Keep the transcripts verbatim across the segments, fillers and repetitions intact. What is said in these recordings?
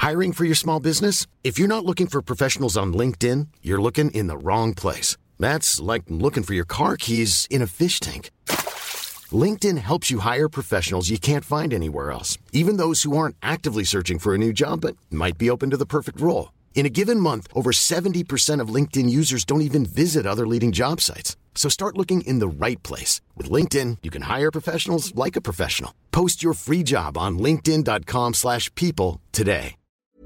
Hiring for your small business? If you're not looking for professionals on LinkedIn, you're looking in the wrong place. That's like looking for your car keys in a fish tank. LinkedIn helps you hire professionals you can't find anywhere else, even those who aren't actively searching for a new job but might be open to the perfect role. In a given month, over seventy percent of LinkedIn users don't even visit other leading job sites. So start looking in the right place. With LinkedIn, you can hire professionals like a professional. Post your free job on linkedin.com slash people today.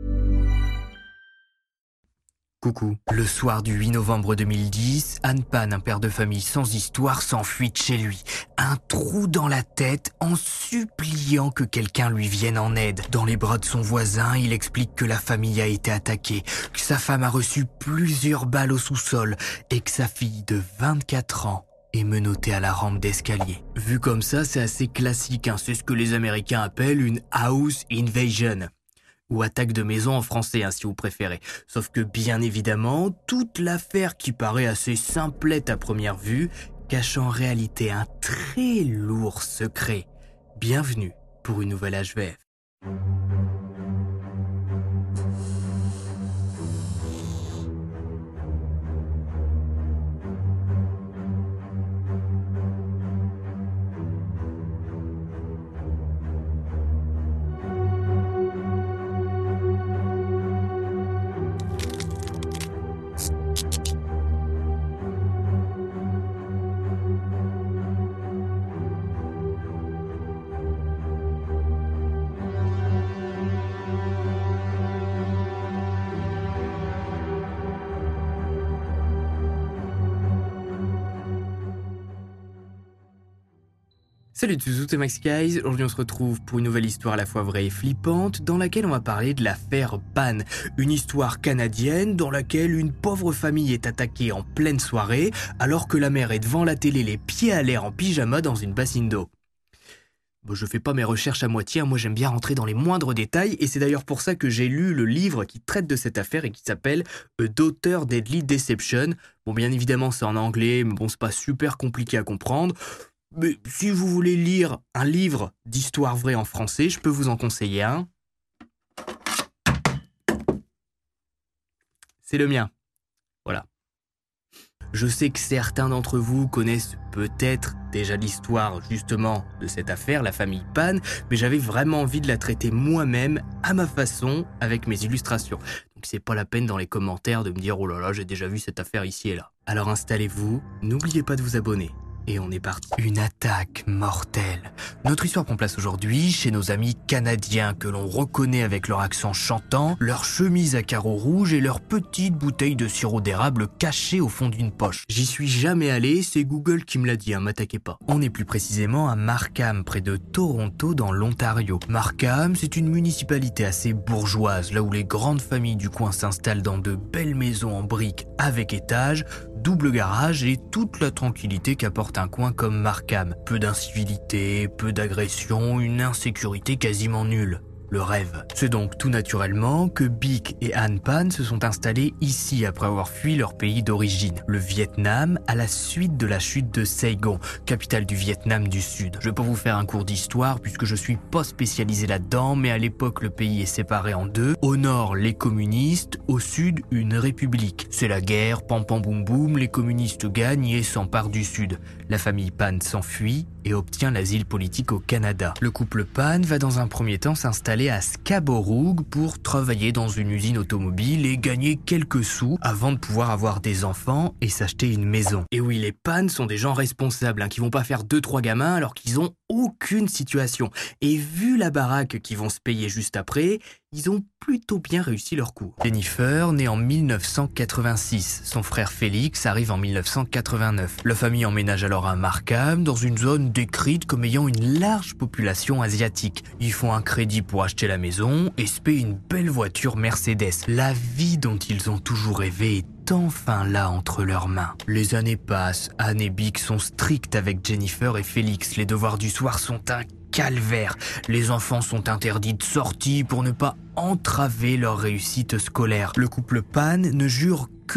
Coucou. Le soir du huit novembre deux mille dix, Anh Pan, un père de famille sans histoire, s'enfuit de chez lui. Un trou dans la tête en suppliant que quelqu'un lui vienne en aide. Dans les bras de son voisin, il explique que la famille a été attaquée, que sa femme a reçu plusieurs balles au sous-sol et que sa fille de vingt-quatre ans est menottée à la rampe d'escalier. Vu comme ça, c'est assez classique, hein. C'est ce que les Américains appellent une house invasion. Ou attaque de maison en français, hein, si vous préférez. Sauf que, bien évidemment, toute l'affaire qui paraît assez simplette à première vue cache en réalité un très lourd secret. Bienvenue pour une nouvelle H V F. Salut tous, c'est Max Guys. Aujourd'hui on se retrouve pour une nouvelle histoire à la fois vraie et flippante dans laquelle on va parler de l'affaire Pan, une histoire canadienne dans laquelle une pauvre famille est attaquée en pleine soirée alors que la mère est devant la télé les pieds à l'air en pyjama dans une bassine d'eau. Bon, je fais pas mes recherches à moitié, moi j'aime bien rentrer dans les moindres détails et c'est d'ailleurs pour ça que j'ai lu le livre qui traite de cette affaire et qui s'appelle A Daughter Deadly Deception. Bon, bien évidemment c'est en anglais, mais bon c'est pas super compliqué à comprendre. Mais si vous voulez lire un livre d'histoire vraie en français, je peux vous en conseiller un. C'est le mien. Voilà. Je sais que certains d'entre vous connaissent peut-être déjà l'histoire justement de cette affaire, la famille Pan, mais j'avais vraiment envie de la traiter moi-même, à ma façon, avec mes illustrations. Donc c'est pas la peine dans les commentaires de me dire « Oh là là, j'ai déjà vu cette affaire ici et là ». Alors installez-vous, n'oubliez pas de vous abonner. Et on est parti. Une attaque mortelle. Notre histoire prend place aujourd'hui chez nos amis canadiens que l'on reconnaît avec leur accent chantant, leur chemise à carreaux rouges et leur petite bouteille de sirop d'érable cachée au fond d'une poche. J'y suis jamais allé, c'est Google qui me l'a dit, hein, m'attaquez pas. On est plus précisément à Markham, près de Toronto dans l'Ontario. Markham, c'est une municipalité assez bourgeoise, là où les grandes familles du coin s'installent dans de belles maisons en briques avec étage, double garage et toute la tranquillité qu'apporte un coin comme Markham. Peu d'incivilité, peu d'agression, une insécurité quasiment nulle. Le rêve. C'est donc tout naturellement que Bic et Anh Pan se sont installés ici après avoir fui leur pays d'origine, le Vietnam, à la suite de la chute de Saigon, capitale du Vietnam du Sud. Je vais pas vous faire un cours d'histoire puisque je suis pas spécialisé là-dedans, mais à l'époque le pays est séparé en deux. Au nord, les communistes, au sud, une république. C'est la guerre, pam pam boum boum, les communistes gagnent et s'emparent du Sud. La famille Pan s'enfuit et obtient l'asile politique au Canada. Le couple Pan va dans un premier temps s'installer à Scarborough pour travailler dans une usine automobile et gagner quelques sous avant de pouvoir avoir des enfants et s'acheter une maison. Et oui, les Pan sont des gens responsables, hein, qui vont pas faire deux trois gamins alors qu'ils ont aucune situation. Et vu la baraque qu'ils vont se payer juste après, ils ont plutôt bien réussi leur coup. Jennifer, née en mille neuf cent quatre-vingt-six. Son frère Félix arrive en mille neuf cent quatre-vingt-neuf. La famille emménage alors à Markham, dans une zone décrite comme ayant une large population asiatique. Ils font un crédit pour acheter la maison et se paient une belle voiture Mercedes. La vie dont ils ont toujours rêvé est enfin là entre leurs mains. Les années passent, Anne et Bic sont strictes avec Jennifer et Félix. Les devoirs du soir sont un calvaire. Les enfants sont interdits de sortie pour ne pas entraver leur réussite scolaire. Le couple Pan ne jure que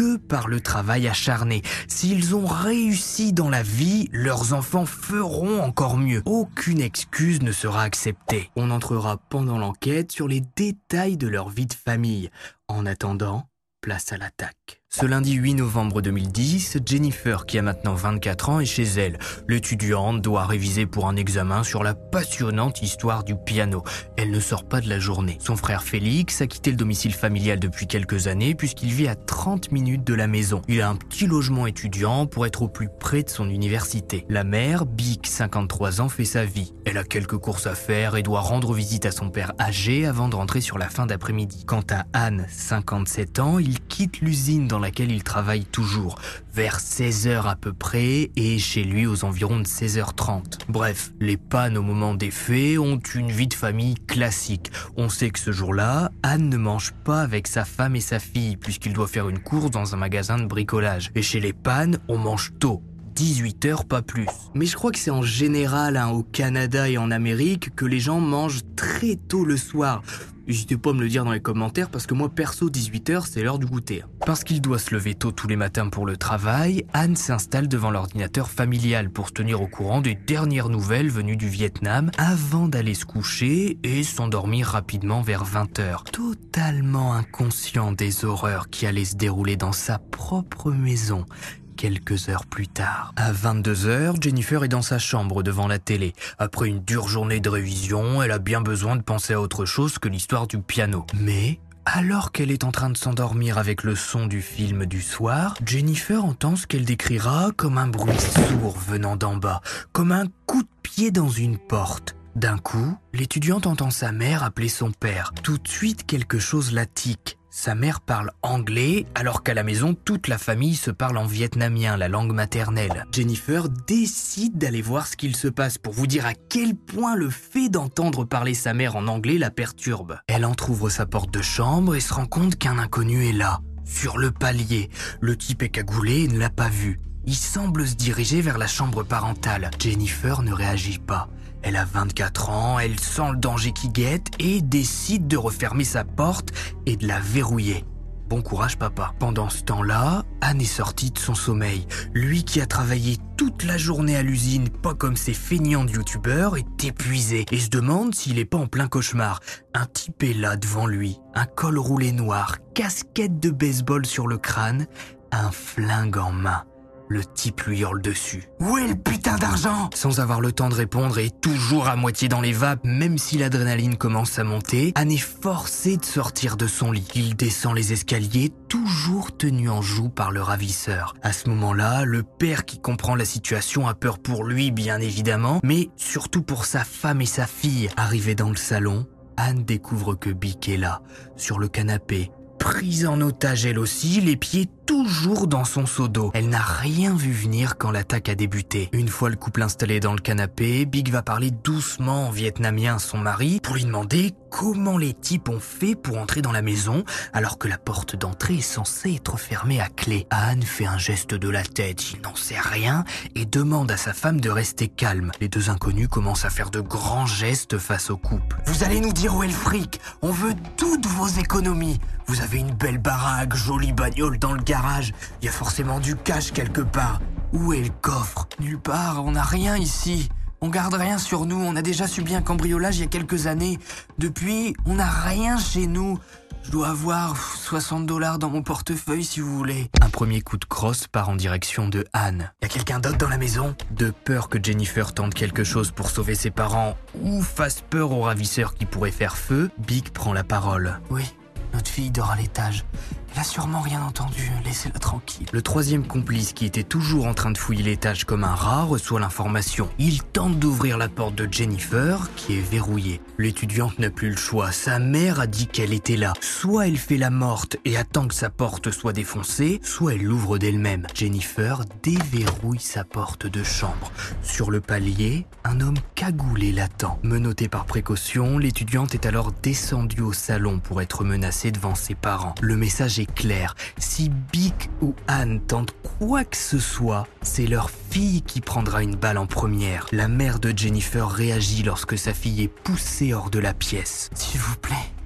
que par le travail acharné. S'ils ont réussi dans la vie, leurs enfants feront encore mieux. Aucune excuse ne sera acceptée. On entrera pendant l'enquête sur les détails de leur vie de famille. En attendant, place à l'attaque. Ce lundi huit novembre deux mille dix, Jennifer, qui a maintenant vingt-quatre ans, est chez elle. L'étudiante doit réviser pour un examen sur la passionnante histoire du piano. Elle ne sort pas de la journée. Son frère Félix a quitté le domicile familial depuis quelques années puisqu'il vit à trente minutes de la maison. Il a un petit logement étudiant pour être au plus près de son université. La mère, Bic, cinquante-trois ans, fait sa vie. Elle a quelques courses à faire et doit rendre visite à son père âgé avant de rentrer sur la fin d'après-midi. Quant à Anne, cinquante-sept ans, il quitte l'usine dans laquelle il travaille toujours, vers seize heures à peu près et chez lui aux environs de seize heures trente. Bref, les pannes au moment des faits ont une vie de famille classique. On sait que ce jour-là, Anne ne mange pas avec sa femme et sa fille puisqu'il doit faire une course dans un magasin de bricolage. Et chez les pannes, on mange tôt. dix-huit heures, pas plus. Mais je crois que c'est en général hein, au Canada et en Amérique que les gens mangent très tôt le soir. N'hésitez pas à me le dire dans les commentaires parce que moi perso dix-huit heures c'est l'heure du goûter. Parce qu'il doit se lever tôt tous les matins pour le travail, Anne s'installe devant l'ordinateur familial pour se tenir au courant des dernières nouvelles venues du Vietnam avant d'aller se coucher et s'endormir rapidement vers vingt heures. Totalement inconscient des horreurs qui allaient se dérouler dans sa propre maison. Quelques heures plus tard. À vingt-deux heures, Jennifer est dans sa chambre devant la télé. Après une dure journée de révision, elle a bien besoin de penser à autre chose que l'histoire du piano. Mais, alors qu'elle est en train de s'endormir avec le son du film du soir, Jennifer entend ce qu'elle décrira comme un bruit sourd venant d'en bas, comme un coup de pied dans une porte. D'un coup, l'étudiante entend sa mère appeler son père. Tout de suite, quelque chose la tique. Sa mère parle anglais, alors qu'à la maison, toute la famille se parle en vietnamien, la langue maternelle. Jennifer décide d'aller voir ce qu'il se passe pour vous dire à quel point le fait d'entendre parler sa mère en anglais la perturbe. Elle entrouvre sa porte de chambre et se rend compte qu'un inconnu est là, sur le palier. Le type est cagoulé et ne l'a pas vu. Il semble se diriger vers la chambre parentale. Jennifer ne réagit pas. Elle a vingt-quatre ans, elle sent le danger qui guette et décide de refermer sa porte et de la verrouiller. Bon courage papa. Pendant ce temps-là, Anne est sortie de son sommeil. Lui qui a travaillé toute la journée à l'usine, pas comme ces feignants de youtubeurs, est épuisé et se demande s'il est pas en plein cauchemar. Un type est là devant lui, un col roulé noir, casquette de baseball sur le crâne, un flingue en main. Le type lui hurle dessus. « Où est le putain d'argent ?» Sans avoir le temps de répondre et toujours à moitié dans les vapes, même si l'adrénaline commence à monter, Anne est forcée de sortir de son lit. Il descend les escaliers, toujours tenu en joue par le ravisseur. À ce moment-là, le père qui comprend la situation a peur pour lui, bien évidemment, mais surtout pour sa femme et sa fille. Arrivée dans le salon, Anne découvre que Bic est là, sur le canapé, prise en otage elle aussi, les pieds toujours dans son seau d'eau. Elle n'a rien vu venir quand l'attaque a débuté. Une fois le couple installé dans le canapé, Bic va parler doucement en vietnamien à son mari pour lui demander comment les types ont fait pour entrer dans la maison alors que la porte d'entrée est censée être fermée à clé. Anne fait un geste de la tête, il n'en sait rien et demande à sa femme de rester calme. Les deux inconnus commencent à faire de grands gestes face au couple. « Vous allez nous dire où est le fric ? On veut toutes vos économies. Vous avez une belle baraque, jolie bagnole dans le garage. Il y a forcément du cash quelque part. Où est le coffre ? Nulle part, on n'a rien ici. On garde rien sur nous. On a déjà subi un cambriolage il y a quelques années. Depuis, on n'a rien chez nous. Je dois avoir soixante dollars dans mon portefeuille si vous voulez. » Un premier coup de crosse part en direction de Anne. « Y a quelqu'un d'autre dans la maison ?» De peur que Jennifer tente quelque chose pour sauver ses parents ou fasse peur au ravisseur qui pourrait faire feu, Bic prend la parole. « Oui, notre fille dort à l'étage. Elle a sûrement rien entendu, laissez-la tranquille. » Le troisième complice, qui était toujours en train de fouiller l'étage comme un rat, reçoit l'information. Il tente d'ouvrir la porte de Jennifer, qui est verrouillée. L'étudiante n'a plus le choix, sa mère a dit qu'elle était là. Soit elle fait la morte et attend que sa porte soit défoncée, soit elle l'ouvre d'elle-même. Jennifer déverrouille sa porte de chambre. Sur le palier, un homme cagoulé l'attend. Menottée par précaution, l'étudiante est alors descendue au salon pour être menacée devant ses parents. Le message est clair, si Bic ou Anne tentent quoi que ce soit, c'est leur fille qui prendra une balle en première. La mère de Jennifer réagit lorsque sa fille est poussée hors de la pièce. « S'il vous plaît,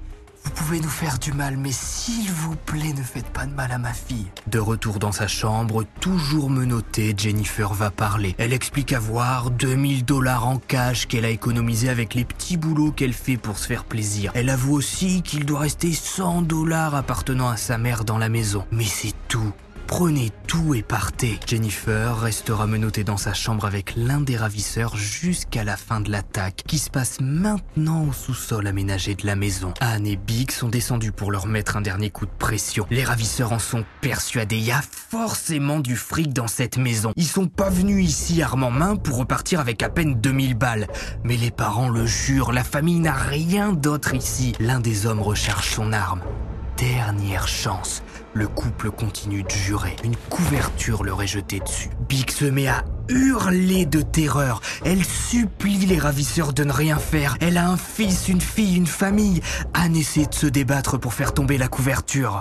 Vous pouvez nous faire du mal, mais s'il vous plaît, ne faites pas de mal à ma fille. » De retour dans sa chambre, toujours menottée, Jennifer va parler. Elle explique avoir deux mille dollars en cash qu'elle a économisé avec les petits boulots qu'elle fait pour se faire plaisir. Elle avoue aussi qu'il doit rester cent dollars appartenant à sa mère dans la maison. Mais c'est tout. Prenez tout et partez. Jennifer restera menottée dans sa chambre avec l'un des ravisseurs jusqu'à la fin de l'attaque, qui se passe maintenant au sous-sol aménagé de la maison. Anne et Big sont descendus pour leur mettre un dernier coup de pression. Les ravisseurs en sont persuadés. Il y a forcément du fric dans cette maison. Ils sont pas venus ici armes en main pour repartir avec à peine deux mille balles. Mais les parents le jurent, la famille n'a rien d'autre ici. L'un des hommes recharge son arme. Dernière chance. Le couple continue de jurer. Une couverture leur est jetée dessus. Big se met à hurler de terreur. Elle supplie les ravisseurs de ne rien faire. Elle a un fils, une fille, une famille. Anne essaie de se débattre pour faire tomber la couverture.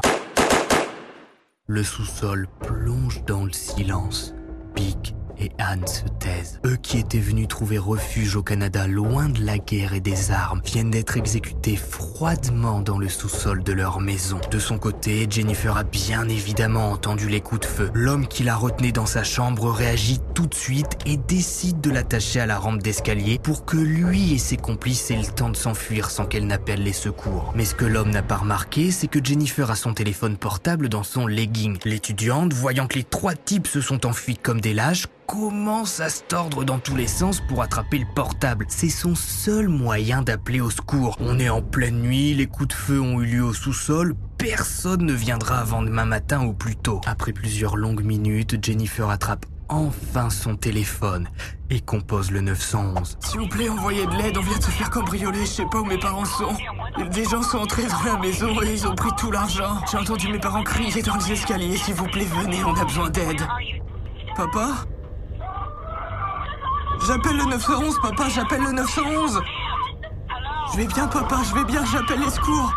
Le sous-sol plonge dans le silence. Big et Anne se taisent. Eux qui étaient venus trouver refuge au Canada loin de la guerre et des armes viennent d'être exécutés froidement dans le sous-sol de leur maison. De son côté, Jennifer a bien évidemment entendu les coups de feu. L'homme qui la retenait dans sa chambre réagit tout de suite et décide de l'attacher à la rampe d'escalier pour que lui et ses complices aient le temps de s'enfuir sans qu'elle n'appelle les secours. Mais ce que l'homme n'a pas remarqué, c'est que Jennifer a son téléphone portable dans son legging. L'étudiante, voyant que les trois types se sont enfuis comme des lâches, commence à se tordre dans tous les sens pour attraper le portable. C'est son seul moyen d'appeler au secours. On est en pleine nuit, les coups de feu ont eu lieu au sous-sol, personne ne viendra avant demain matin ou plus tôt. Après plusieurs longues minutes, Jennifer attrape enfin son téléphone et compose le neuf cent onze. S'il vous plaît, envoyez de l'aide, on vient de se faire cambrioler, je sais pas où mes parents sont. Des gens sont entrés dans la maison et ils ont pris tout l'argent. J'ai entendu mes parents crier dans les escaliers, s'il vous plaît, venez, on a besoin d'aide. Papa ? J'appelle le neuf cent onze, papa, j'appelle le neuf cent onze. Je vais bien, papa, je vais bien, j'appelle les secours.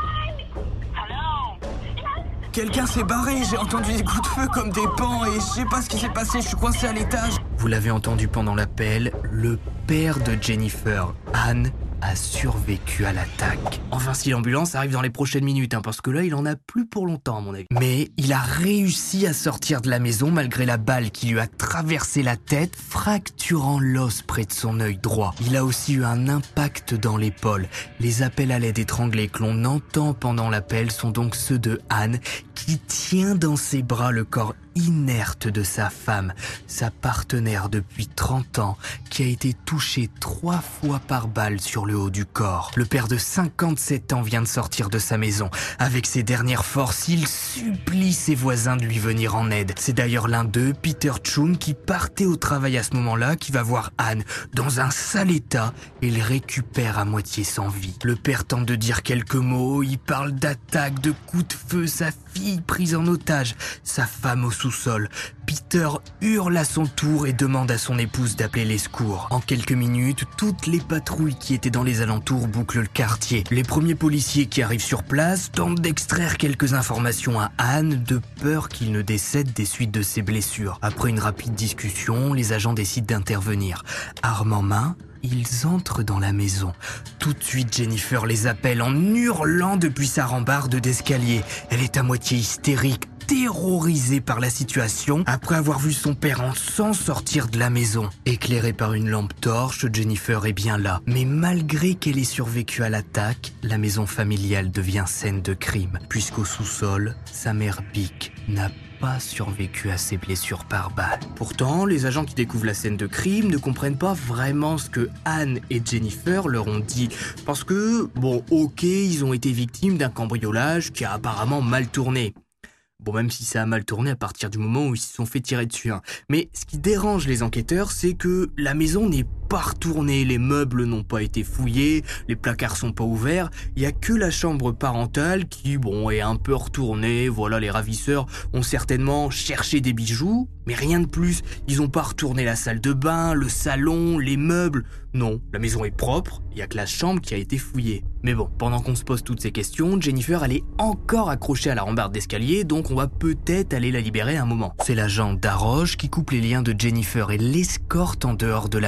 Quelqu'un s'est barré, j'ai entendu des coups de feu comme des pans et je sais pas ce qui s'est passé, je suis coincé à l'étage. Vous l'avez entendu pendant l'appel, le père de Jennifer, Anne, a survécu à l'attaque. Enfin, si l'ambulance arrive dans les prochaines minutes, hein, parce que là, il en a plus pour longtemps, à mon avis. Mais il a réussi à sortir de la maison malgré la balle qui lui a traversé la tête, fracturant l'os près de son œil droit. Il a aussi eu un impact dans l'épaule. Les appels à l'aide étranglés que l'on entend pendant l'appel sont donc ceux de Anne, qui tient dans ses bras le corps inerte de sa femme, sa partenaire depuis trente ans, qui a été touchée trois fois par balle sur le haut du corps. Le père de cinquante-sept ans vient de sortir de sa maison. Avec ses dernières forces, il supplie ses voisins de lui venir en aide. C'est d'ailleurs l'un d'eux, Peter Chun, qui partait au travail à ce moment-là, qui va voir Anne dans un sale état et le récupère à moitié sans vie. Le père tente de dire quelques mots, il parle d'attaque, de coups de feu, sa fille prise en otage, sa femme au sous-sol. Peter hurle à son tour et demande à son épouse d'appeler les secours. En quelques minutes, toutes les patrouilles qui étaient dans les alentours bouclent le quartier. Les premiers policiers qui arrivent sur place tentent d'extraire quelques informations à Anne, de peur qu'il ne décède des suites de ses blessures. Après une rapide discussion, les agents décident d'intervenir. Arme en main, ils entrent dans la maison. Tout de suite, Jennifer les appelle en hurlant depuis sa rambarde d'escalier. Elle est à moitié hystérique, terrorisée par la situation après avoir vu son père en sang sortir de la maison. Éclairée par une lampe torche, Jennifer est bien là. Mais malgré qu'elle ait survécu à l'attaque, la maison familiale devient scène de crime, puisqu'au sous-sol, sa mère Bic n'a pas survécu à ses blessures par balle. Pourtant, les agents qui découvrent la scène de crime ne comprennent pas vraiment ce que Anne et Jennifer leur ont dit. Parce que, bon, ok, ils ont été victimes d'un cambriolage qui a apparemment mal tourné. Bon, même si ça a mal tourné à partir du moment où ils se sont fait tirer dessus. Hein. Mais ce qui dérange les enquêteurs, c'est que la maison n'est pas retournée, les meubles n'ont pas été fouillés, les placards sont pas ouverts, il y a que la chambre parentale qui, bon, est un peu retournée. Voilà, les ravisseurs ont certainement cherché des bijoux, mais rien de plus. Ils ont pas retourné la salle de bain, le salon, les meubles. Non, la maison est propre, il y a que la chambre qui a été fouillée. Mais bon, pendant qu'on se pose toutes ces questions, Jennifer, elle est encore accrochée à la rambarde d'escalier, donc on va peut-être aller la libérer un moment. C'est l'agent Daroche qui coupe les liens de Jennifer et l'escorte en dehors de la maison.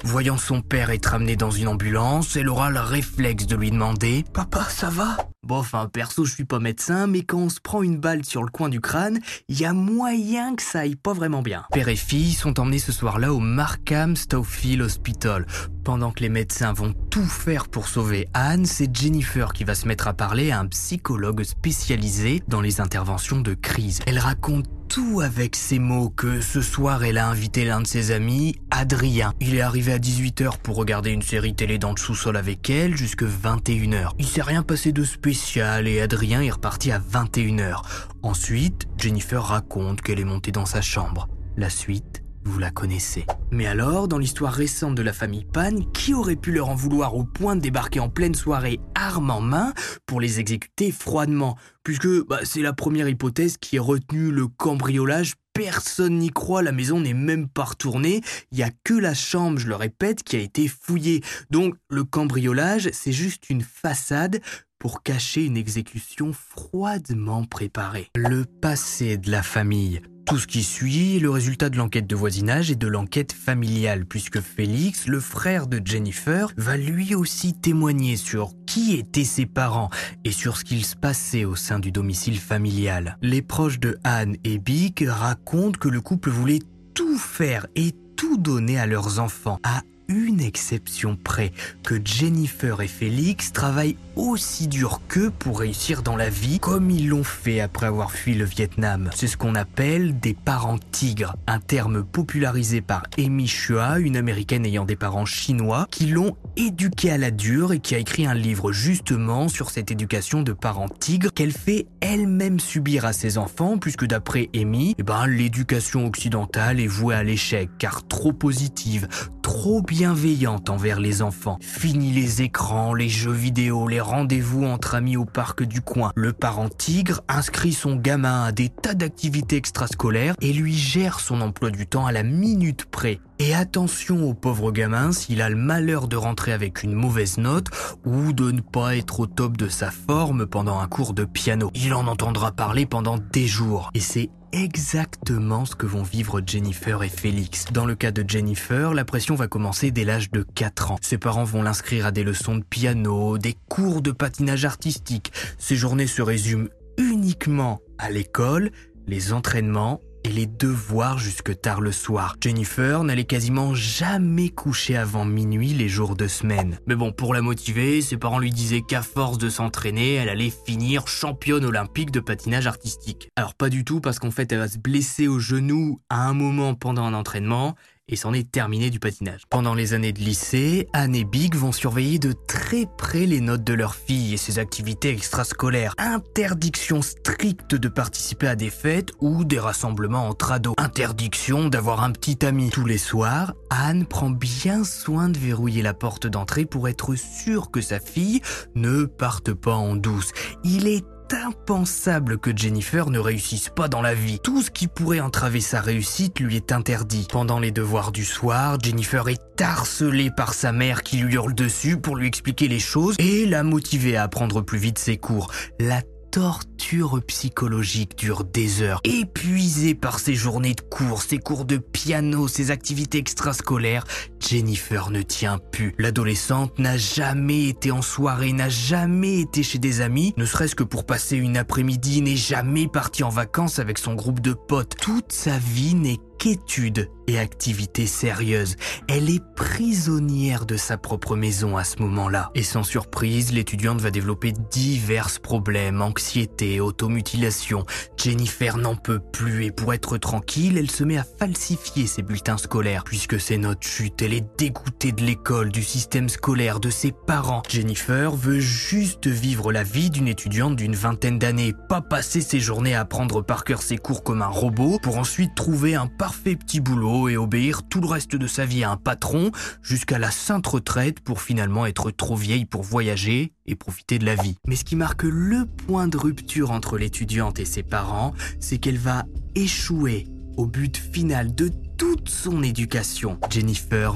Voyant son père être amené dans une ambulance, elle aura le réflexe de lui demander « Papa, ça va ?» Bon, enfin, perso, je suis pas médecin, mais quand on se prend une balle sur le coin du crâne, il y a moyen que ça aille pas vraiment bien. Père et fille sont emmenés ce soir-là au Markham Stouffville Hospital. Pendant que les médecins vont tout faire pour sauver Anne, c'est Jennifer qui va se mettre à parler à un psychologue spécialisé dans les interventions de crise. Elle raconte tout avec ces mots que ce soir elle a invité l'un de ses amis, Adrien. Il est arrivé à dix-huit heures pour regarder une série télé dans le sous-sol avec elle jusque vingt et une heures. Il s'est rien passé de spécial et Adrien est reparti à vingt et une heures. Ensuite, Jennifer raconte qu'elle est montée dans sa chambre. La suite, vous la connaissez. Mais alors, dans l'histoire récente de la famille Pan, qui aurait pu leur en vouloir au point de débarquer en pleine soirée, armes en main, pour les exécuter froidement? Puisque bah, c'est la première hypothèse qui est retenue, le cambriolage. Personne n'y croit, la maison n'est même pas retournée. Il n'y a que la chambre, je le répète, qui a été fouillée. Donc, le cambriolage, c'est juste une façade pour cacher une exécution froidement préparée. Le passé de la famille. Tout ce qui suit est le résultat de l'enquête de voisinage et de l'enquête familiale, puisque Félix, le frère de Jennifer, va lui aussi témoigner sur qui étaient ses parents et sur ce qu'il se passait au sein du domicile familial. Les proches de Anne et Big racontent que le couple voulait tout faire et tout donner à leurs enfants, à une exception près, que Jennifer et Félix travaillent aussi dur qu'eux pour réussir dans la vie, comme ils l'ont fait après avoir fui le Vietnam. C'est ce qu'on appelle des parents tigres, un terme popularisé par Amy Chua, une américaine ayant des parents chinois, qui l'ont éduquée à la dure et qui a écrit un livre justement sur cette éducation de parents tigres qu'elle fait elle-même subir à ses enfants, puisque d'après Amy, eh ben, l'éducation occidentale est vouée à l'échec, car trop positive, trop bienveillante envers les enfants. Fini les écrans, les jeux vidéo, les rendez-vous entre amis au parc du coin. Le parent tigre inscrit son gamin à des tas d'activités extrascolaires et lui gère son emploi du temps à la minute près. Et attention au pauvre gamin s'il a le malheur de rentrer avec une mauvaise note ou de ne pas être au top de sa forme pendant un cours de piano. Il en entendra parler pendant des jours. Et c'est exactement ce que vont vivre Jennifer et Félix. Dans le cas de Jennifer, la pression va commencer dès l'âge de quatre ans. Ses parents vont l'inscrire à des leçons de piano, des cours de patinage artistique. Ses journées se résument uniquement à l'école, les entraînements et les devoirs jusque tard le soir. Jennifer n'allait quasiment jamais coucher avant minuit les jours de semaine. Mais bon, pour la motiver, ses parents lui disaient qu'à force de s'entraîner, elle allait finir championne olympique de patinage artistique. Alors pas du tout, parce qu'en fait, elle va se blesser au genou à un moment pendant un entraînement et c'en est terminé du patinage. Pendant les années de lycée, Anne et Big vont surveiller de très près les notes de leur fille et ses activités extrascolaires. Interdiction stricte de participer à des fêtes ou des rassemblements entre ados. Interdiction d'avoir un petit ami. Tous les soirs, Anne prend bien soin de verrouiller la porte d'entrée pour être sûre que sa fille ne parte pas en douce. Il est impensable que Jennifer ne réussisse pas dans la vie. Tout ce qui pourrait entraver sa réussite lui est interdit. Pendant les devoirs du soir, Jennifer est harcelée par sa mère qui lui hurle dessus pour lui expliquer les choses et la motiver à apprendre plus vite ses cours. La torture psychologique dure des heures. Épuisée par ses journées de cours, ses cours de piano, ses activités extrascolaires, Jennifer ne tient plus. L'adolescente n'a jamais été en soirée, n'a jamais été chez des amis, ne serait-ce que pour passer une après-midi, n'est jamais partie en vacances avec son groupe de potes. Toute sa vie n'est qu'études et activités sérieuses. Elle est prisonnière de sa propre maison à ce moment-là. Et sans surprise, l'étudiante va développer divers problèmes, anxiété, automutilation. Jennifer n'en peut plus et pour être tranquille, elle se met à falsifier ses bulletins scolaires. Puisque ses notes chutent, elle est dégoûtée de l'école, du système scolaire, de ses parents. Jennifer veut juste vivre la vie d'une étudiante d'une vingtaine d'années, pas passer ses journées à apprendre par cœur ses cours comme un robot pour ensuite trouver un parfait petit boulot et obéir tout le reste de sa vie à un patron jusqu'à la sainte retraite pour finalement être trop vieille pour voyager et profiter de la vie. Mais ce qui marque le point de rupture entre l'étudiante et ses parents, c'est qu'elle va échouer au but final de toute son éducation. Jennifer va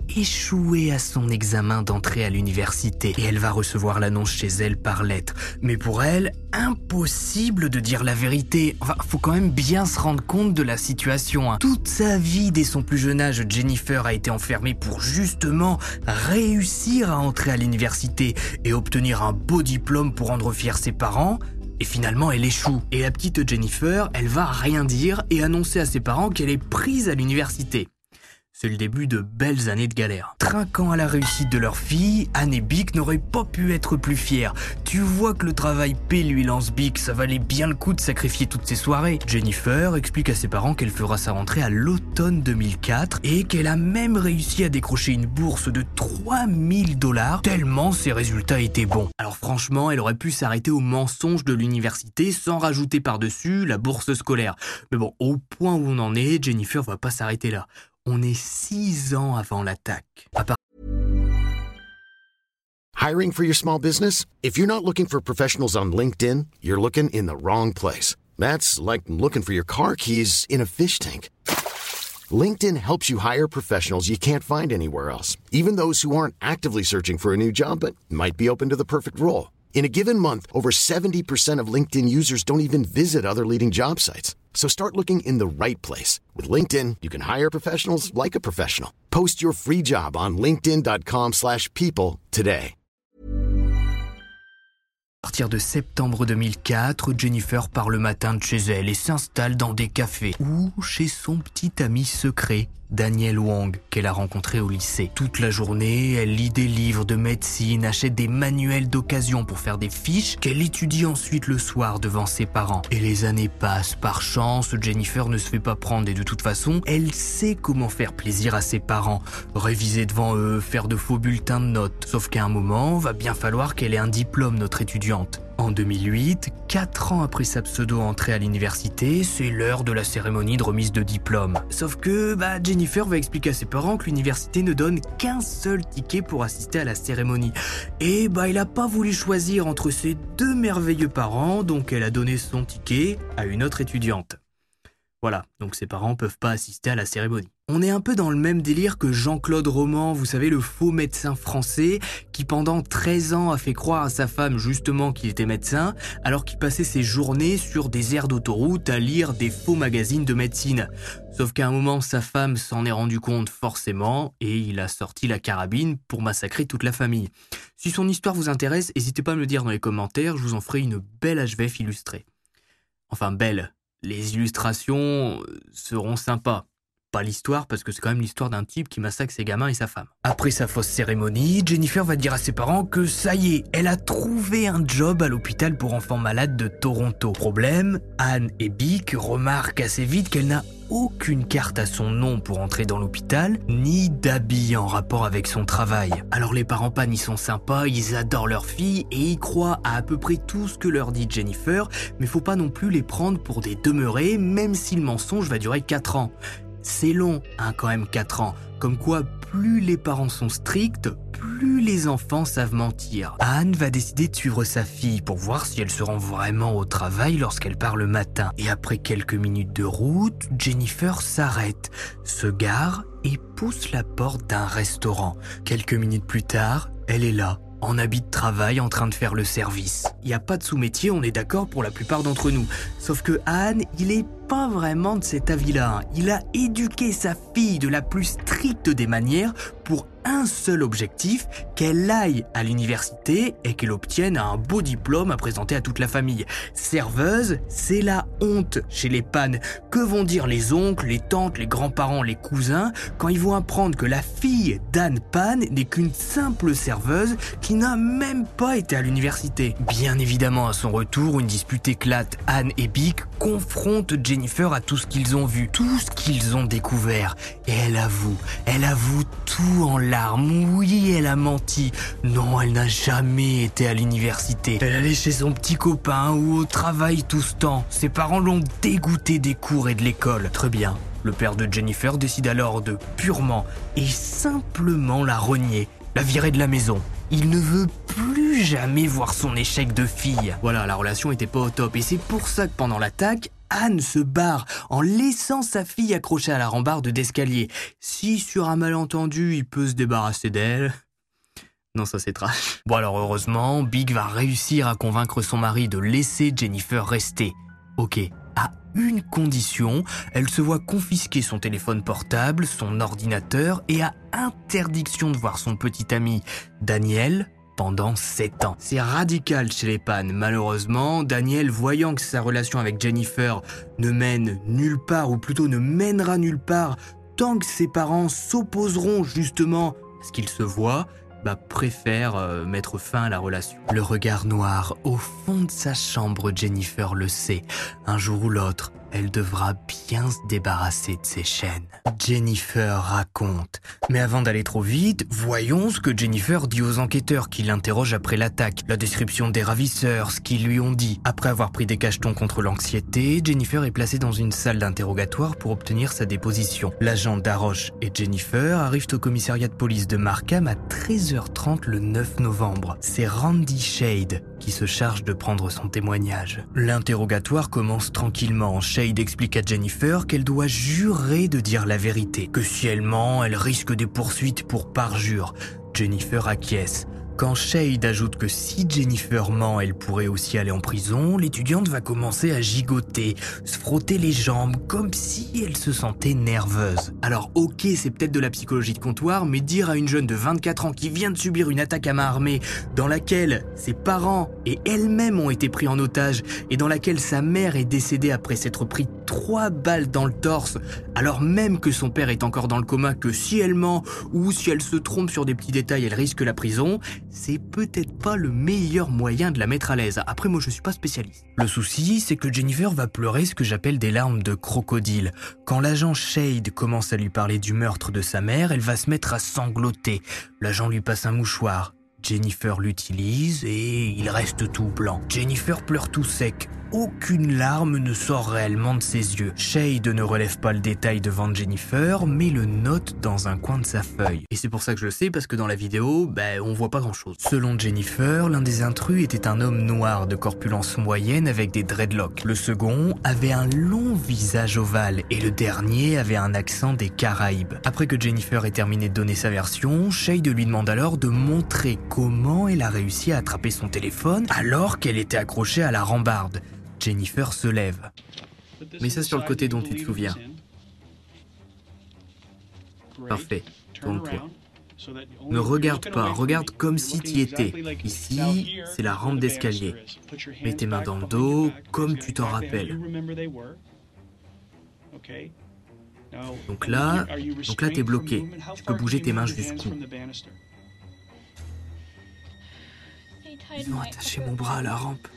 échoué à son examen d'entrée à l'université et elle va recevoir l'annonce chez elle par lettre. Mais pour elle, impossible de dire la vérité. Enfin, faut quand même bien se rendre compte de la situation. Hein. Toute sa vie, dès son plus jeune âge, Jennifer a été enfermée pour justement réussir à entrer à l'université et obtenir un beau diplôme pour rendre fiers ses parents. Et finalement, elle échoue. Et la petite Jennifer, elle va rien dire et annoncer à ses parents qu'elle est prise à l'université. C'est le début de belles années de galère. Trinquant à la réussite de leur fille, Anne et Bic n'auraient pas pu être plus fiers. Tu vois que le travail paie lui lance Bic, ça valait bien le coup de sacrifier toutes ses soirées. Jennifer explique à ses parents qu'elle fera sa rentrée à l'automne deux mille quatre et qu'elle a même réussi à décrocher une bourse de trois mille dollars tellement ses résultats étaient bons. Alors franchement, elle aurait pu s'arrêter au mensonge de l'université sans rajouter par-dessus la bourse scolaire. Mais bon, au point où on en est, Jennifer va pas s'arrêter là. On est six ans avant l'attaque. Part... Hiring for your small business? If you're not looking for professionals on LinkedIn, you're looking in the wrong place. That's like looking for your car keys in a fish tank. LinkedIn helps you hire professionals you can't find anywhere else, even those who aren't actively searching for a new job but might be open to the perfect role. In a given month, over seventy percent of LinkedIn users don't even visit other leading job sites. So start looking in the right place. With LinkedIn, you can hire professionals like a professional. Post your free job on linkedin.com slash people today. À partir de septembre deux mille quatre, Jennifer part le matin de chez elle et s'installe dans des cafés ou chez son petit ami secret, Daniel Wong, qu'elle a rencontré au lycée. Toute la journée, elle lit des livres de médecine, achète des manuels d'occasion pour faire des fiches qu'elle étudie ensuite le soir devant ses parents. Et les années passent. Par chance, Jennifer ne se fait pas prendre et de toute façon, elle sait comment faire plaisir à ses parents. Réviser devant eux, faire de faux bulletins de notes. Sauf qu'à un moment, va bien falloir qu'elle ait un diplôme, notre étudiante. En deux mille huit, quatre ans après sa pseudo-entrée à l'université, c'est l'heure de la cérémonie de remise de diplôme. Sauf que bah, Jennifer va expliquer à ses parents que l'université ne donne qu'un seul ticket pour assister à la cérémonie. Et bah, elle n'a pas voulu choisir entre ses deux merveilleux parents, donc elle a donné son ticket à une autre étudiante. Voilà, donc ses parents peuvent pas assister à la cérémonie. On est un peu dans le même délire que Jean-Claude Roman, vous savez, le faux médecin français qui pendant treize ans a fait croire à sa femme justement qu'il était médecin alors qu'il passait ses journées sur des aires d'autoroute à lire des faux magazines de médecine. Sauf qu'à un moment, sa femme s'en est rendu compte forcément et il a sorti la carabine pour massacrer toute la famille. Si son histoire vous intéresse, n'hésitez pas à me le dire dans les commentaires, je vous en ferai une belle H V F illustrée. Enfin, belle. Les illustrations seront sympas. Pas l'histoire, parce que c'est quand même l'histoire d'un type qui massacre ses gamins et sa femme. Après sa fausse cérémonie, Jennifer va dire à ses parents que ça y est, elle a trouvé un job à l'hôpital pour enfants malades de Toronto. Problème, Anne et Bic remarquent assez vite qu'elle n'a aucune carte à son nom pour entrer dans l'hôpital, ni d'habits en rapport avec son travail. Alors les parents Pan, ils sont sympas, ils adorent leur fille et ils croient à à peu près tout ce que leur dit Jennifer, mais faut pas non plus les prendre pour des demeurés, même si le mensonge va durer quatre ans. C'est long, hein, quand même quatre ans. Comme quoi, plus les parents sont stricts, plus les enfants savent mentir. Anne va décider de suivre sa fille pour voir si elle se rend vraiment au travail lorsqu'elle part le matin. Et après quelques minutes de route, Jennifer s'arrête, se gare et pousse la porte d'un restaurant. Quelques minutes plus tard, elle est là, en habit de travail, en train de faire le service. Il n'y a pas de sous-métier, on est d'accord pour la plupart d'entre nous. Sauf que Anne, il est pas vraiment de cet avis-là. Il a éduqué sa fille de la plus stricte des manières pour un seul objectif, qu'elle aille à l'université et qu'elle obtienne un beau diplôme à présenter à toute la famille. Serveuse, c'est la honte chez les Pan. Que vont dire les oncles, les tantes, les grands-parents, les cousins quand ils vont apprendre que la fille d'Anne Pan n'est qu'une simple serveuse qui n'a même pas été à l'université. Bien évidemment, à son retour, une dispute éclate. Anne et Bic confrontent Jennifer à tout ce qu'ils ont vu, tout ce qu'ils ont découvert. Et elle avoue, elle avoue tout en larmes. Oui, elle a menti. Non, elle n'a jamais été à l'université. Elle allait chez son petit copain ou au travail tout ce temps. Ses parents l'ont dégoûtée des cours et de l'école. Très bien. Le père de Jennifer décide alors de purement et simplement la renier, la virer de la maison. Il ne veut plus jamais voir son échec de fille. Voilà, la relation était pas au top et c'est pour ça que pendant l'attaque, Anne se barre en laissant sa fille accrochée à la rambarde d'escalier. Si sur un malentendu, il peut se débarrasser d'elle... Non, ça c'est trash. Bon alors heureusement, Big va réussir à convaincre son mari de laisser Jennifer rester. Ok, à une condition, elle se voit confisquer son téléphone portable, son ordinateur et a interdiction de voir son petit ami Daniel pendant sept ans. C'est radical chez les Pan. Malheureusement, Daniel, voyant que sa relation avec Jennifer ne mène nulle part, ou plutôt ne mènera nulle part, tant que ses parents s'opposeront justement à ce qu'ils se voient, bah préfère euh, mettre fin à la relation. Le regard noir au fond de sa chambre, Jennifer le sait. Un jour ou l'autre, elle devra bien se débarrasser de ses chaînes. Jennifer raconte. Mais avant d'aller trop vite, voyons ce que Jennifer dit aux enquêteurs qui l'interrogent après l'attaque. La description des ravisseurs, ce qu'ils lui ont dit. Après avoir pris des cachetons contre l'anxiété, Jennifer est placée dans une salle d'interrogatoire pour obtenir sa déposition. L'agent Darroch et Jennifer arrivent au commissariat de police de Markham à treize heures trente le neuf novembre. C'est Randy Shade qui se charge de prendre son témoignage. L'interrogatoire commence tranquillement. Shade explique à Jennifer qu'elle doit jurer de dire la vérité, que si elle ment, elle risque des poursuites pour parjure. Jennifer acquiesce. Quand Shade ajoute que si Jennifer ment, elle pourrait aussi aller en prison, l'étudiante va commencer à gigoter, se frotter les jambes, comme si elle se sentait nerveuse. Alors ok, c'est peut-être de la psychologie de comptoir, mais dire à une jeune de vingt-quatre ans qui vient de subir une attaque à main armée, dans laquelle ses parents et elle-même ont été pris en otage, et dans laquelle sa mère est décédée après s'être pris trois balles dans le torse, alors même que son père est encore dans le coma, que si elle ment, ou si elle se trompe sur des petits détails, elle risque la prison, c'est peut-être pas le meilleur moyen de la mettre à l'aise. Après, moi, je suis pas spécialiste. Le souci, c'est que Jennifer va pleurer ce que j'appelle des larmes de crocodile. Quand l'agent Shade commence à lui parler du meurtre de sa mère, elle va se mettre à sangloter. L'agent lui passe un mouchoir. Jennifer l'utilise et il reste tout blanc. Jennifer pleure tout sec. Aucune larme ne sort réellement de ses yeux. Shade ne relève pas le détail devant Jennifer, mais le note dans un coin de sa feuille. Et c'est pour ça que je le sais, parce que dans la vidéo, ben, on voit pas grand chose. Selon Jennifer, l'un des intrus était un homme noir de corpulence moyenne avec des dreadlocks. Le second avait un long visage ovale et le dernier avait un accent des Caraïbes. Après que Jennifer ait terminé de donner sa version, Shade lui demande alors de montrer comment elle a réussi à attraper son téléphone alors qu'elle était accrochée à la rambarde. Jennifer se lève. Mets ça sur le côté dont tu te souviens. Parfait. Tourne-toi. Ne regarde pas, regarde comme si tu y étais. Ici, c'est la rampe d'escalier. Mets tes mains dans le dos, comme tu t'en rappelles. Donc là, donc là, t'es bloqué. Tu peux bouger tes mains jusqu'où? Ils ont attaché mon bras à la rampe.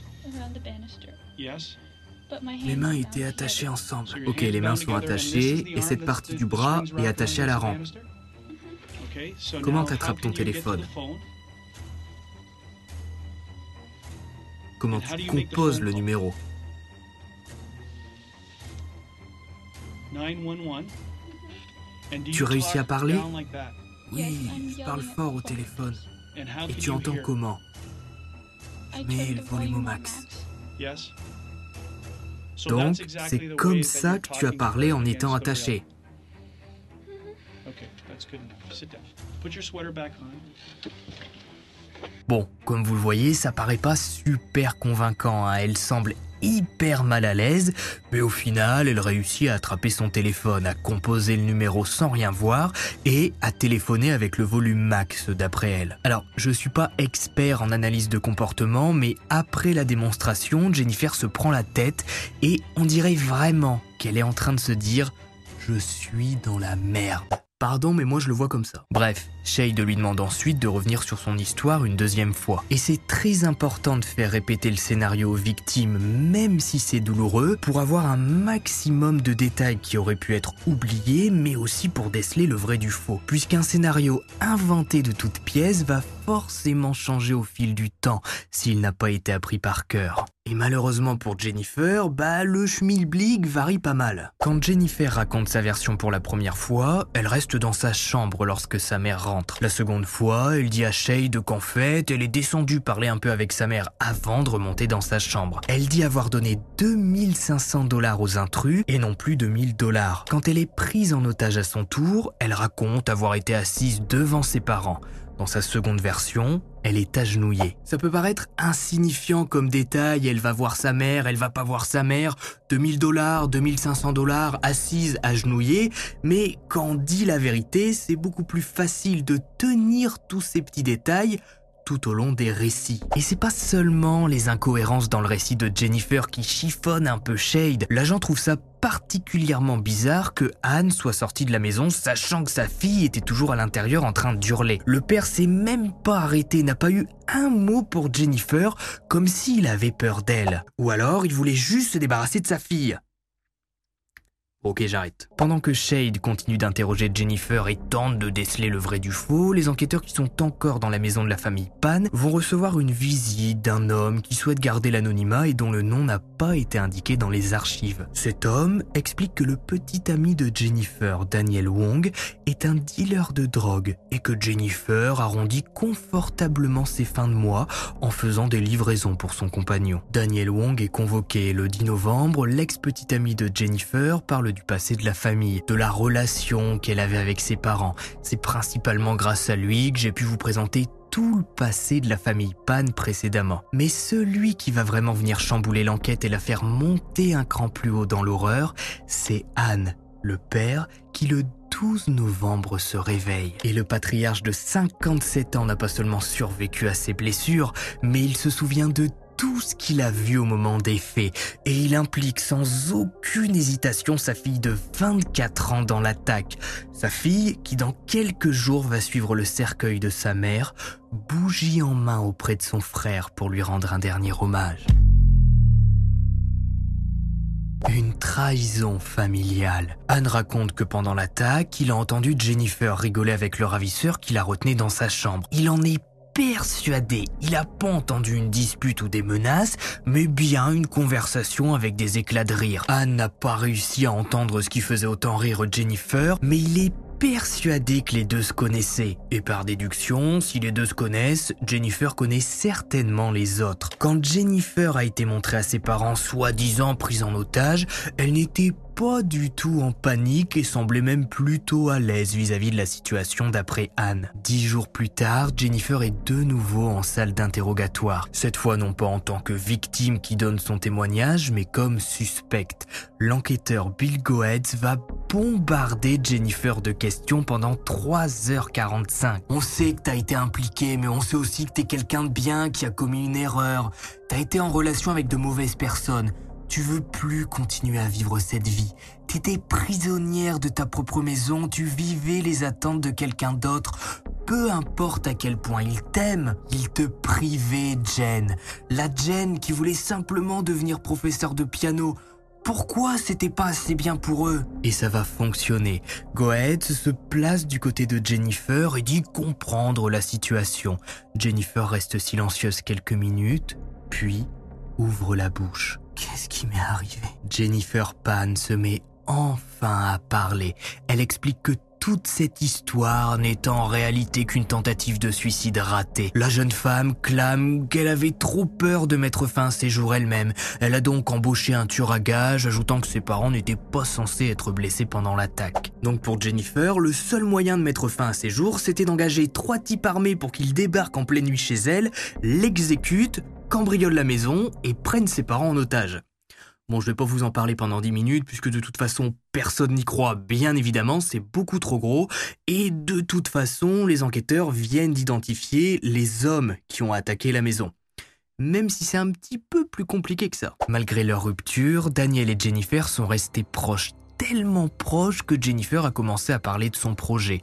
Les mains étaient attachées ensemble. Ok, les mains sont attachées et cette partie du bras est attachée à la rampe. Comment t'attrapes ton téléphone? Comment tu composes le numéro? Tu réussis à parler? Oui, je parle fort au téléphone. Et tu entends comment? Mais le volume au max. Donc, c'est comme ça que tu as parlé en étant attaché. Bon, comme vous le voyez, ça paraît pas super convaincant, hein. Elle semble hyper mal à l'aise, mais au final, elle réussit à attraper son téléphone, à composer le numéro sans rien voir et à téléphoner avec le volume max d'après elle. Alors, je suis pas expert en analyse de comportement, mais après la démonstration, Jennifer se prend la tête et on dirait vraiment qu'elle est en train de se dire « Je suis dans la merde ». Pardon, mais moi je le vois comme ça. Bref, Shade lui demande ensuite de revenir sur son histoire une deuxième fois. Et c'est très important de faire répéter le scénario aux victimes, même si c'est douloureux, pour avoir un maximum de détails qui auraient pu être oubliés, mais aussi pour déceler le vrai du faux. Puisqu'un scénario inventé de toutes pièces va forcément changé au fil du temps s'il n'a pas été appris par cœur. Et malheureusement pour Jennifer, bah le schmilblick varie pas mal. Quand Jennifer raconte sa version pour la première fois, elle reste dans sa chambre lorsque sa mère rentre. La seconde fois, elle dit à Shade qu'en fait, elle est descendue parler un peu avec sa mère avant de remonter dans sa chambre. Elle dit avoir donné deux mille cinq cents dollars aux intrus et non plus deux mille dollars. Quand elle est prise en otage à son tour, elle raconte avoir été assise devant ses parents. Dans sa seconde version, elle est agenouillée. Ça peut paraître insignifiant comme détail, elle va voir sa mère, elle va pas voir sa mère, deux mille dollars, deux mille cinq cents dollars, assise, agenouillée, mais quand on dit la vérité, c'est beaucoup plus facile de tenir tous ces petits détails tout au long des récits. Et c'est pas seulement les incohérences dans le récit de Jennifer qui chiffonnent un peu Shade. L'agent trouve ça particulièrement bizarre que Anne soit sortie de la maison sachant que sa fille était toujours à l'intérieur en train d'hurler. Le père s'est même pas arrêté, n'a pas eu un mot pour Jennifer, comme s'il avait peur d'elle. Ou alors il voulait juste se débarrasser de sa fille. Ok, j'arrête. Pendant que Shade continue d'interroger Jennifer et tente de déceler le vrai du faux, les enquêteurs qui sont encore dans la maison de la famille Pan vont recevoir une visite d'un homme qui souhaite garder l'anonymat et dont le nom n'a pas été indiqué dans les archives. Cet homme explique que le petit ami de Jennifer, Daniel Wong, est un dealer de drogue et que Jennifer arrondit confortablement ses fins de mois en faisant des livraisons pour son compagnon. Daniel Wong est convoqué le dix novembre, l'ex-petit ami de Jennifer parle du passé de la famille, de la relation qu'elle avait avec ses parents. C'est principalement grâce à lui que j'ai pu vous présenter tout le passé de la famille Pan précédemment. Mais celui qui va vraiment venir chambouler l'enquête et la faire monter un cran plus haut dans l'horreur, c'est Anne, le père, qui le douze novembre se réveille. Et le patriarche de cinquante-sept ans n'a pas seulement survécu à ses blessures, mais il se souvient de tout ce qu'il a vu au moment des faits, et il implique sans aucune hésitation sa fille de vingt-quatre ans dans l'attaque. Sa fille qui dans quelques jours va suivre le cercueil de sa mère, bougie en main auprès de son frère pour lui rendre un dernier hommage. Une trahison familiale. Anne raconte que pendant l'attaque, il a entendu Jennifer rigoler avec le ravisseur qui la retenait dans sa chambre. Il en est persuadé, il n'a pas entendu une dispute ou des menaces, mais bien une conversation avec des éclats de rire. Anne n'a pas réussi à entendre ce qui faisait autant rire Jennifer, mais il est persuadé que les deux se connaissaient. Et par déduction, si les deux se connaissent, Jennifer connaît certainement les autres. Quand Jennifer a été montrée à ses parents soi-disant prise en otage, elle n'était pas du tout en panique et semblait même plutôt à l'aise vis-à-vis de la situation d'après Anne. Dix jours plus tard, Jennifer est de nouveau en salle d'interrogatoire. Cette fois non pas en tant que victime qui donne son témoignage, mais comme suspecte. L'enquêteur Bill Goetz va bombarder Jennifer de questions pendant trois heures quarante-cinq. On sait que t'as été impliqué, mais on sait aussi que t'es quelqu'un de bien qui a commis une erreur. T'as été en relation avec de mauvaises personnes. Tu veux plus continuer à vivre cette vie. T'étais prisonnière de ta propre maison, tu vivais les attentes de quelqu'un d'autre. Peu importe à quel point il t'aime, il te privait, Jen. La Jen qui voulait simplement devenir professeur de piano. Pourquoi c'était pas assez bien pour eux? Et ça va fonctionner. Goetz se place du côté de Jennifer et dit comprendre la situation. Jennifer reste silencieuse quelques minutes, puis ouvre la bouche. Qu'est-ce qui m'est arrivé? Jennifer Pan se met enfin à parler. Elle explique que toute cette histoire n'est en réalité qu'une tentative de suicide ratée. La jeune femme clame qu'elle avait trop peur de mettre fin à ses jours elle-même. Elle a donc embauché un tueur à gages, ajoutant que ses parents n'étaient pas censés être blessés pendant l'attaque. Donc pour Jennifer, le seul moyen de mettre fin à ses jours, c'était d'engager trois types armés pour qu'ils débarquent en pleine nuit chez elle, l'exécutent, cambriolent la maison et prennent ses parents en otage. Bon, je vais pas vous en parler pendant dix minutes, puisque de toute façon, personne n'y croit, bien évidemment, c'est beaucoup trop gros. Et de toute façon, les enquêteurs viennent d'identifier les hommes qui ont attaqué la maison. Même si c'est un petit peu plus compliqué que ça. Malgré leur rupture, Daniel et Jennifer sont restés proches, tellement proches que Jennifer a commencé à parler de son projet.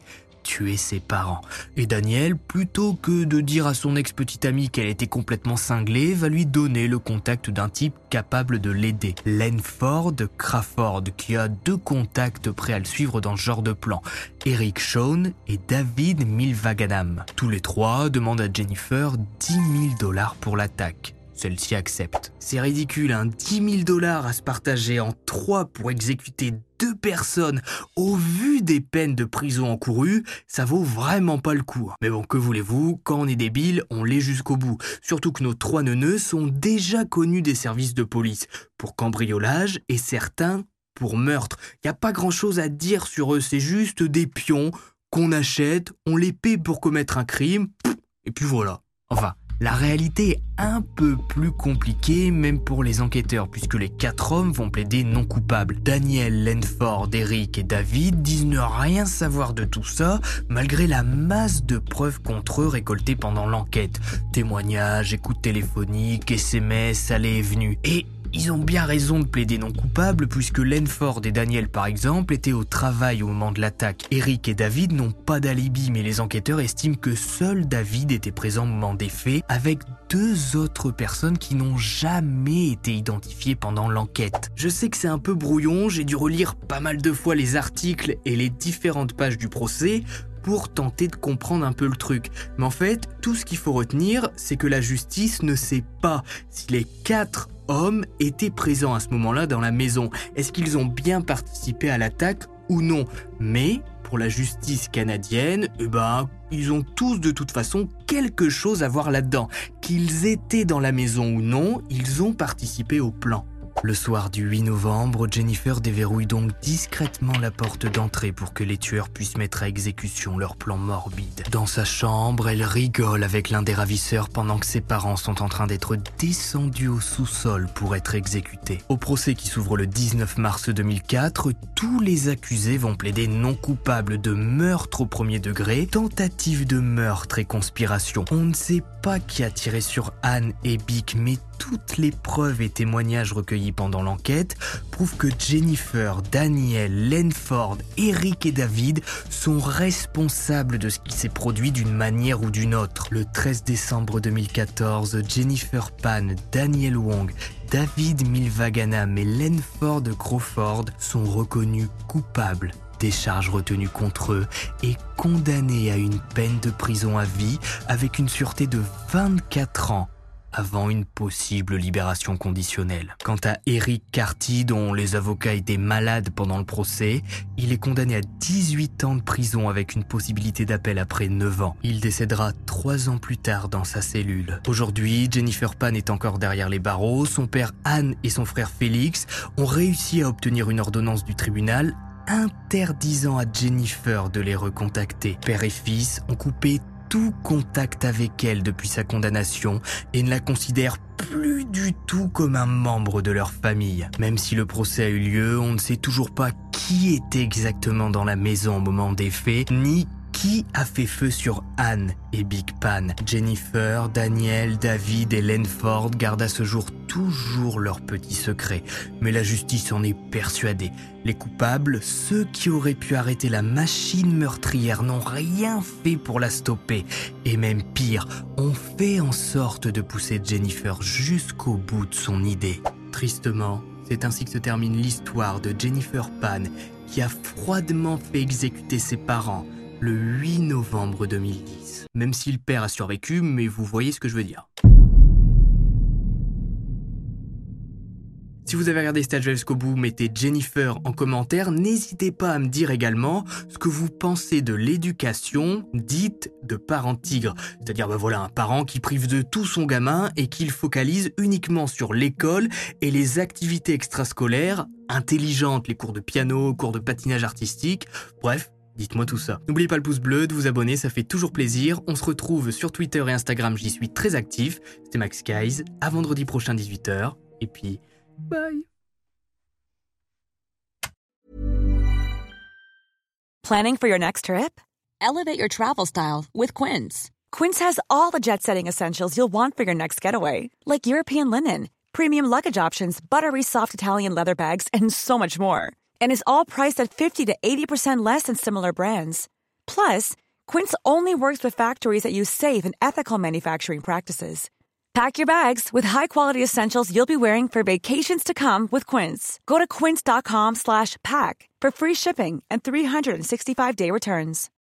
tuer ses parents. Et Danielle, plutôt que de dire à son ex-petite amie qu'elle était complètement cinglée, va lui donner le contact d'un type capable de l'aider. Lenford Crawford, qui a deux contacts prêts à le suivre dans ce genre de plan. Eric Shawn et David Milvaganam. Tous les trois demandent à Jennifer dix mille dollars pour l'attaque. Celle-ci accepte. C'est ridicule, hein, dix mille dollars à se partager en trois pour exécuter deux personnes. Au vu des peines de prison encourues, ça vaut vraiment pas le coup. Mais bon, que voulez-vous, quand on est débile, on l'est jusqu'au bout. Surtout que nos trois neuneux sont déjà connus des services de police pour cambriolage et certains pour meurtre. Y a pas grand-chose à dire sur eux, c'est juste des pions qu'on achète, on les paie pour commettre un crime, et puis voilà. Enfin, la réalité est un peu plus compliquée, même pour les enquêteurs, puisque les quatre hommes vont plaider non coupables. Daniel, Lenford, Eric et David disent ne rien savoir de tout ça, malgré la masse de preuves contre eux récoltées pendant l'enquête. Témoignages, écoutes téléphoniques, S M S, allées et venues. Et ils ont bien raison de plaider non coupable, puisque Lenford et Daniel, par exemple, étaient au travail au moment de l'attaque. Eric et David n'ont pas d'alibi, mais les enquêteurs estiment que seul David était présent au moment des faits, avec deux autres personnes qui n'ont jamais été identifiées pendant l'enquête. Je sais que c'est un peu brouillon, j'ai dû relire pas mal de fois les articles et les différentes pages du procès pour tenter de comprendre un peu le truc. Mais en fait, tout ce qu'il faut retenir, c'est que la justice ne sait pas si les quatre hommes étaient présents à ce moment-là dans la maison. Est-ce qu'ils ont bien participé à l'attaque ou non? Mais pour la justice canadienne, eh ben, ils ont tous de toute façon quelque chose à voir là-dedans. Qu'ils étaient dans la maison ou non, ils ont participé au plan. Le soir du huit novembre, Jennifer déverrouille donc discrètement la porte d'entrée pour que les tueurs puissent mettre à exécution leur plan morbide. Dans sa chambre, elle rigole avec l'un des ravisseurs pendant que ses parents sont en train d'être descendus au sous-sol pour être exécutés. Au procès qui s'ouvre le dix-neuf mars deux mille quatre, tous les accusés vont plaider non coupables de meurtre au premier degré, tentative de meurtre et conspiration. On ne sait pas qui a tiré sur Anne et Bick, mais toutes les preuves et témoignages recueillis pendant l'enquête prouvent que Jennifer, Daniel, Lenford, Eric et David sont responsables de ce qui s'est produit d'une manière ou d'une autre. Le treize décembre deux mille quatorze, Jennifer Pan, Daniel Wong, David Milvaganam et Lenford Crawford sont reconnus coupables des charges retenues contre eux et condamnés à une peine de prison à vie avec une sûreté de vingt-quatre ans avant une possible libération conditionnelle. Quant à Eric Carty, dont les avocats étaient malades pendant le procès, il est condamné à dix-huit ans de prison avec une possibilité d'appel après neuf ans. Il décédera trois ans plus tard dans sa cellule. Aujourd'hui, Jennifer Pan est encore derrière les barreaux. Son père Anne et son frère Félix ont réussi à obtenir une ordonnance du tribunal interdisant à Jennifer de les recontacter. Père et fils ont coupé tout contact avec elle depuis sa condamnation et ne la considèrent plus du tout comme un membre de leur famille. Même si le procès a eu lieu, on ne sait toujours pas qui était exactement dans la maison au moment des faits, ni qui a fait feu sur Anne et Bick Pan. Jennifer, Daniel, David et Lenford gardent à ce jour toujours leur petit secret. Mais la justice en est persuadée. Les coupables, ceux qui auraient pu arrêter la machine meurtrière, n'ont rien fait pour la stopper. Et même pire, ont fait en sorte de pousser Jennifer jusqu'au bout de son idée. Tristement, c'est ainsi que se termine l'histoire de Jennifer Pan, qui a froidement fait exécuter ses parents le huit novembre deux mille dix. Même si le père a survécu, mais vous voyez ce que je veux dire. Si vous avez regardé Stage jusqu'au bout, mettez Jennifer en commentaire. N'hésitez pas à me dire également ce que vous pensez de l'éducation dite de parent tigre. C'est-à-dire, ben voilà, un parent qui prive de tout son gamin et qui le focalise uniquement sur l'école et les activités extrascolaires intelligentes, les cours de piano, cours de patinage artistique, bref. Dites-moi tout ça. N'oubliez pas le pouce bleu, de vous abonner, ça fait toujours plaisir. On se retrouve sur Twitter et Instagram, j'y suis très actif. C'était Max Guys, à vendredi prochain dix-huit heures. Et puis, bye. Planning for your next trip? Elevate your travel style with Quince. Quince has all the jet-setting essentials you'll want for your next getaway, like European linen, premium luggage options, buttery soft Italian leather bags, and so much more. And is all priced at fifty to eighty percent less than similar brands. Plus, Quince only works with factories that use safe and ethical manufacturing practices. Pack your bags with high-quality essentials you'll be wearing for vacations to come with Quince. Go to quince.com slash pack for free shipping and three sixty-five day returns.